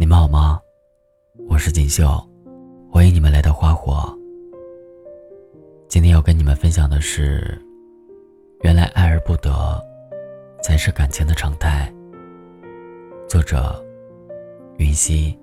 你们好吗？我是锦绣，欢迎你们来到花火。今天要跟你们分享的是，原来爱而不得才是感情的常态。作者云溪。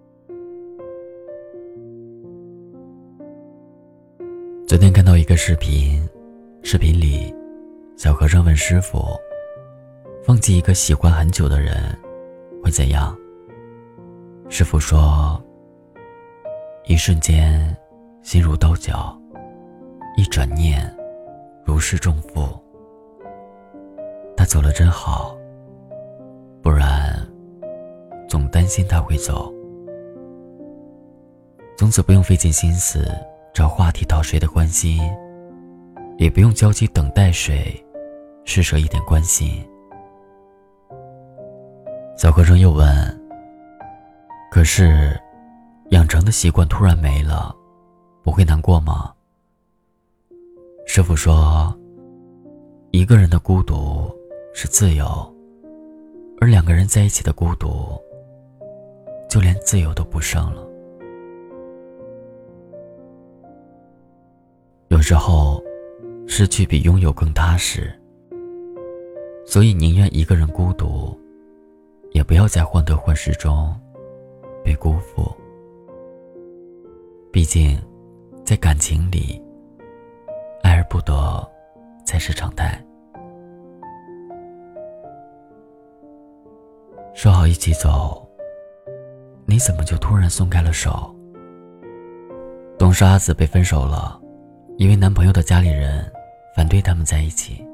昨天看到一个视频里小和尚问师父，放弃一个喜欢很久的人会怎样？师父说，一瞬间心如刀绞，一转念如释重负。他走了真好，不然总担心他会走。从此不用费尽心思找话题讨谁的关心，也不用焦急等待谁施舍一点关心。小和尚又问，可是养成的习惯突然没了，不会难过吗？师父说，一个人的孤独是自由，而两个人在一起的孤独就连自由都不剩了。有时候失去比拥有更踏实，所以宁愿一个人孤独，也不要在患得患失中被辜负。毕竟在感情里，爱而不得才是常态。说好一起走，你怎么就突然松开了手？董事阿紫被分手了，因为男朋友的家里人反对他们在一起。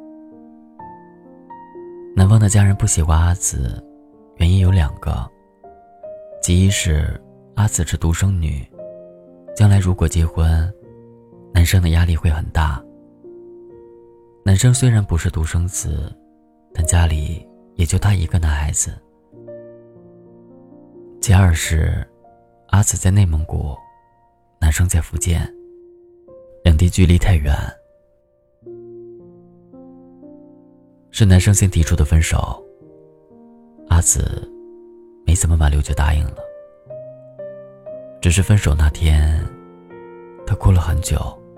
男方的家人不喜欢阿紫，原因有2个，其一是阿紫是独生女，将来如果结婚，男生的压力会很大。男生虽然不是独生子，但家里也就他一个男孩子。其二是阿紫在内蒙古，男生在福建，两地距离太远。是男生先提出的分手，阿紫没怎么挽留就答应了。只是分手那天，她哭了很久。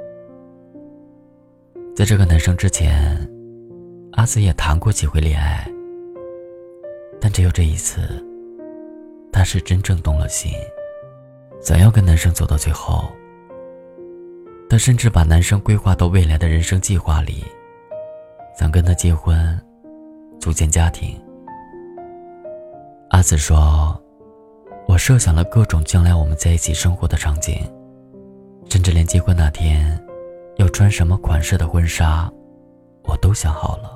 在这个男生之前，阿紫也谈过几回恋爱，但只有这一次，她是真正动了心，想要跟男生走到最后。她甚至把男生规划到未来的人生计划里，想跟他结婚，组建家庭。阿紫说，我设想了各种将来我们在一起生活的场景，甚至连结婚那天要穿什么款式的婚纱我都想好了。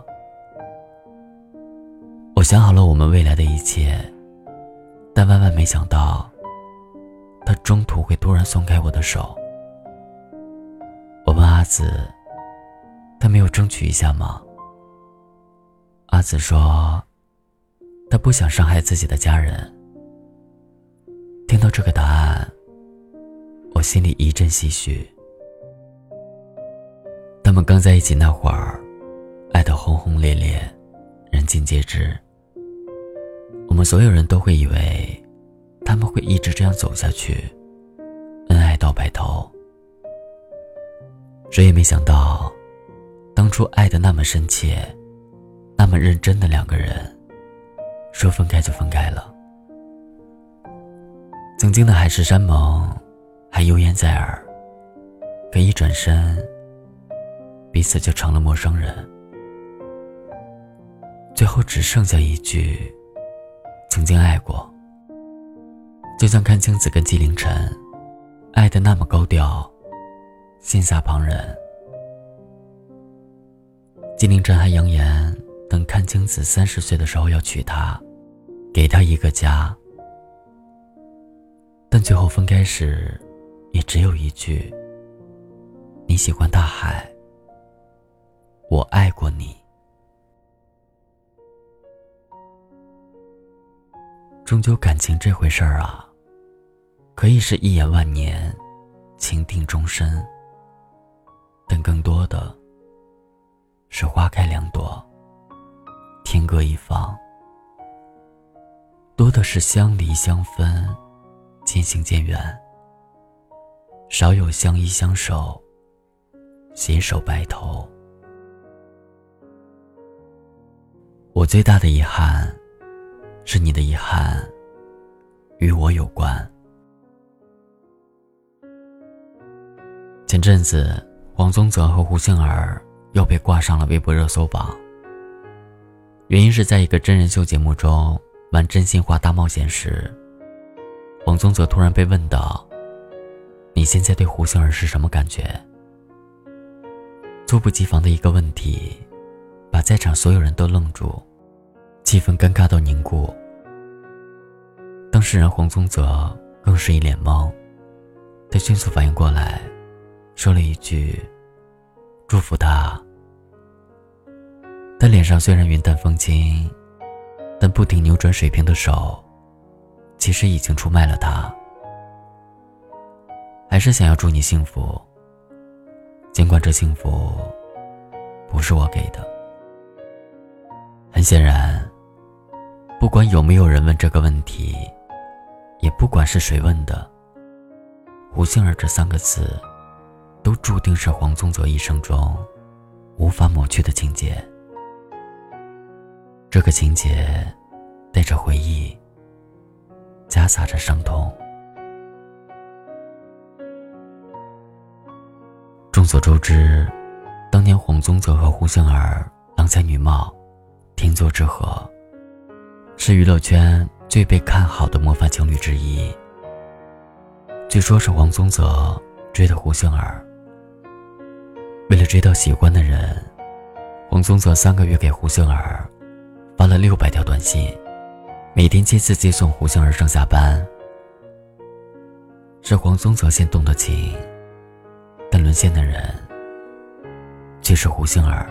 我想好了我们未来的一切，但万万没想到他中途会突然松开我的手。我问阿紫，他没有争取一下吗？阿紫说，他不想伤害自己的家人。听到这个答案，我心里一阵唏嘘。他们刚在一起那会儿，爱得轰轰烈烈，人尽皆知。我们所有人都会以为他们会一直这样走下去，恩爱到白头。谁也没想到，当初爱得那么深切，那么认真的2个人，说分开就分开了。曾经的海誓山盟还悠然在耳，可一转身，彼此就成了陌生人。最后只剩下一句曾经爱过。就像阚清子跟纪凌尘爱得那么高调，羡煞旁人。纪凌尘还扬言等阚清子30岁的时候要娶她，给她一个家。但最后分开时也只有一句，你喜欢大海，我爱过你。终究感情这回事儿啊，可以是一眼万年，情定终身，但更多的是花开2朵，天各一方。 多的是相离相分，渐行渐远，少有相依相守，携手白头。我最大的遗憾是你的遗憾与我有关。前阵子黄宗泽和胡杏儿又被挂上了微博热搜榜，原因是在一个真人秀节目中玩真心话大冒险时，黄宗泽突然被问到，你现在对胡杏儿是什么感觉？猝不及防的一个问题把在场所有人都愣住，气氛尴尬到凝固。当事人黄宗泽更是一脸懵，他迅速反应过来，说了一句祝福他。他脸上虽然云淡风轻，但不停扭转水瓶的手其实已经出卖了他。还是想要祝你幸福，尽管这幸福不是我给的。很显然，不管有没有人问这个问题，也不管是谁问的，胡杏儿这3个字都注定是黄宗泽一生中无法抹去的情节。这个情节带着回忆，夹杂着伤痛。众所周知，当年黄宗泽和胡杏儿郎才女貌，天作之合，是娱乐圈最被看好的模范情侣之一。据说是黄宗泽追的胡杏儿，为了追到喜欢的人，黄宗泽3个月给胡杏儿发了600条短信，每天7次接送胡杏儿上下班。是黄宗泽先动的情，但沦陷的人却是胡杏儿。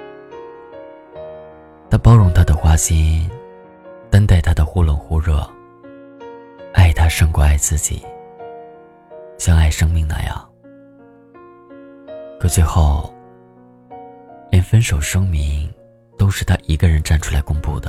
他包容她的花心，担待她的忽冷忽热，爱她胜过爱自己，像爱生命那样。可最后连分手声明都是他一个人站出来公布的。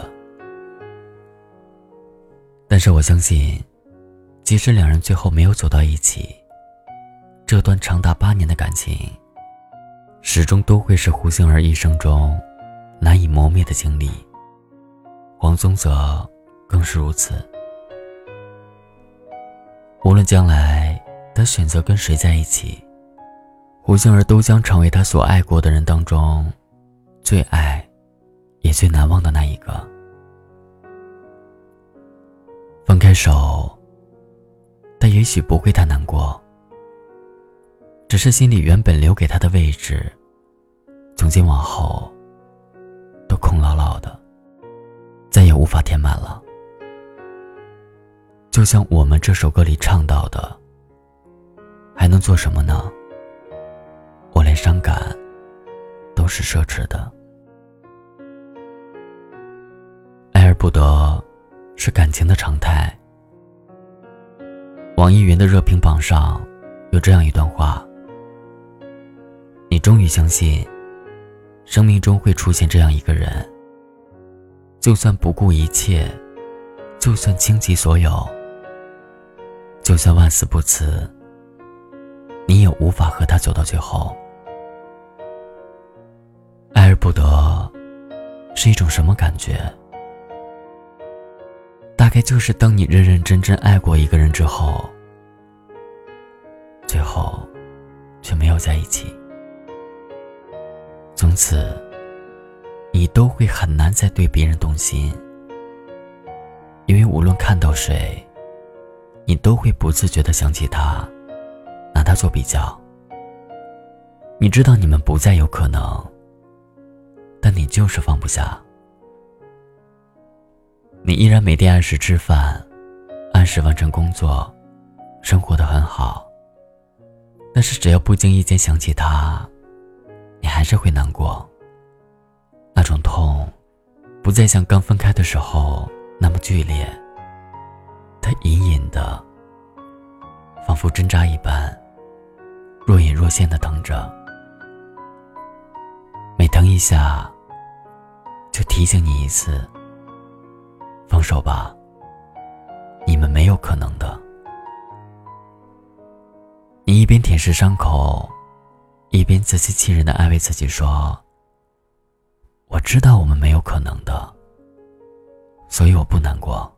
但是我相信，即使两人最后没有走到一起，这段长达8年的感情始终都会是胡杏儿一生中难以磨灭的经历。黄宗泽更是如此。无论将来他选择跟谁在一起，胡杏儿都将成为他所爱过的人当中最爱也最难忘的那一个。分开手，他也许不会太难过，只是心里原本留给他的位置，从今往后都空落落的，再也无法填满了。就像我们这首歌里唱到的，还能做什么呢？我连伤感都是奢侈的。爱而不得是感情的常态。网易云的热评榜上有这样一段话：你终于相信生命中会出现这样一个人，就算不顾一切，就算倾其所有，就算万死不辞，你也无法和他走到最后。爱而不得是一种什么感觉？大概就是当你认认真真爱过一个人之后，最后却没有在一起，从此你都会很难再对别人动心，因为无论看到谁，你都会不自觉地想起他，拿他做比较。你知道你们不再有可能，但你就是放不下。你依然每天按时吃饭，按时完成工作，生活得很好，但是只要不经意间想起他，你还是会难过。那种痛不再像刚分开的时候那么剧烈，它隐隐的仿佛针扎一般，若隐若现的疼着，每疼一下就提醒你一次，放手吧， 你们没有可能的。你一边舔舐伤口，一边自欺欺人地安慰自己说，我知道我们没有可能的，所以我不难过。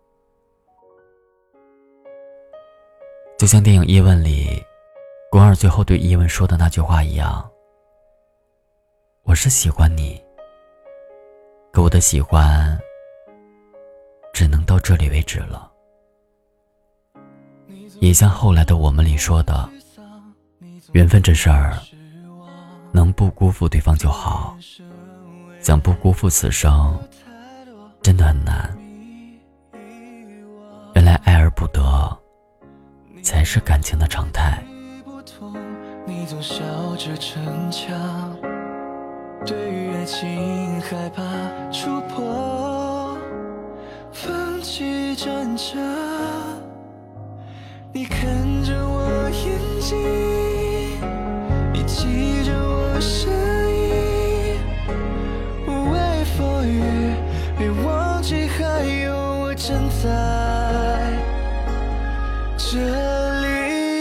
就像电影《叶问》里宫二最后对叶问说的那句话一样，我是喜欢你，可我的喜欢只能到这里为止了。也像后来的我们里说的，缘分这事儿能不辜负对方就好，想不辜负此生真的很难。原来爱而不得才是感情的常态。 你总笑着逞强，对于爱情害怕触碰，放弃挣扎。你看着我眼睛，你记着我声音，无畏风雨，别忘记还有我站在这里。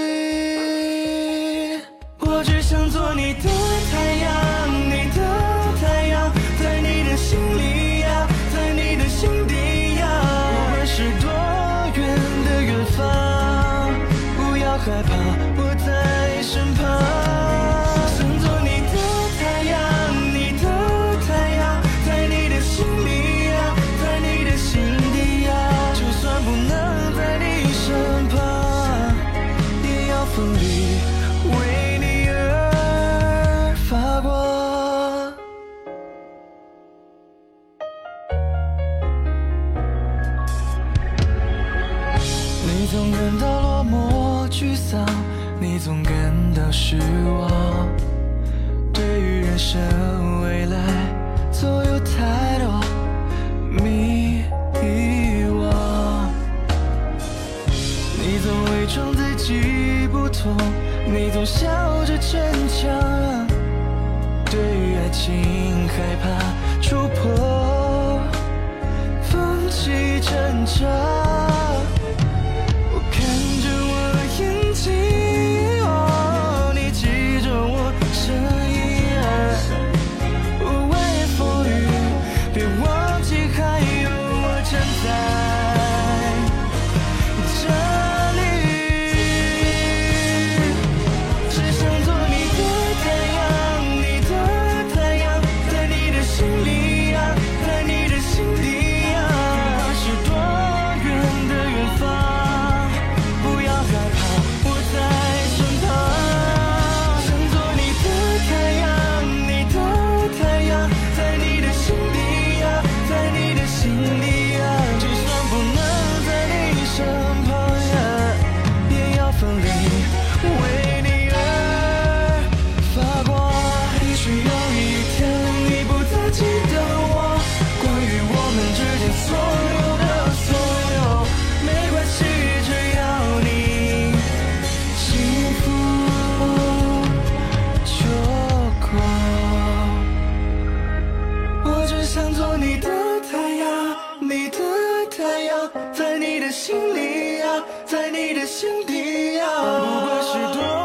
我只想做你的太阳，你的太阳，在你的心里呀，在你的心底呀。不管是多远的远方，不要害怕，我在身旁。想做你的太阳，你的太阳，在你的心里呀，在你的心底呀。就算不能在你身旁，也要奋力为你而发光。你总感到落寞沮丧，你总感到失望，对于人生未来总有太多迷惘。你总伪装自己不痛，你总笑着逞强，对于爱情害怕触碰，放弃挣扎。我看着我眼睛，你记着我声音，无畏风雨，别忘记还有我站在这里。只想做你的太阳，你的太阳，在你的心里呀，在你的心底呀。不管是多远的远方，不要害怕，我在身旁。想做你的太阳，你的太阳，在你的心底呀，在你的心底呀。就算不能在你身旁呀，也要奋力为你而发光。也许有一天你不再记得我，关于我们之间所有的所有，没关系，只要你幸福就够。我只想做你的太阳，你的太阳，在你的心里呀，在你的心底呀。不管是多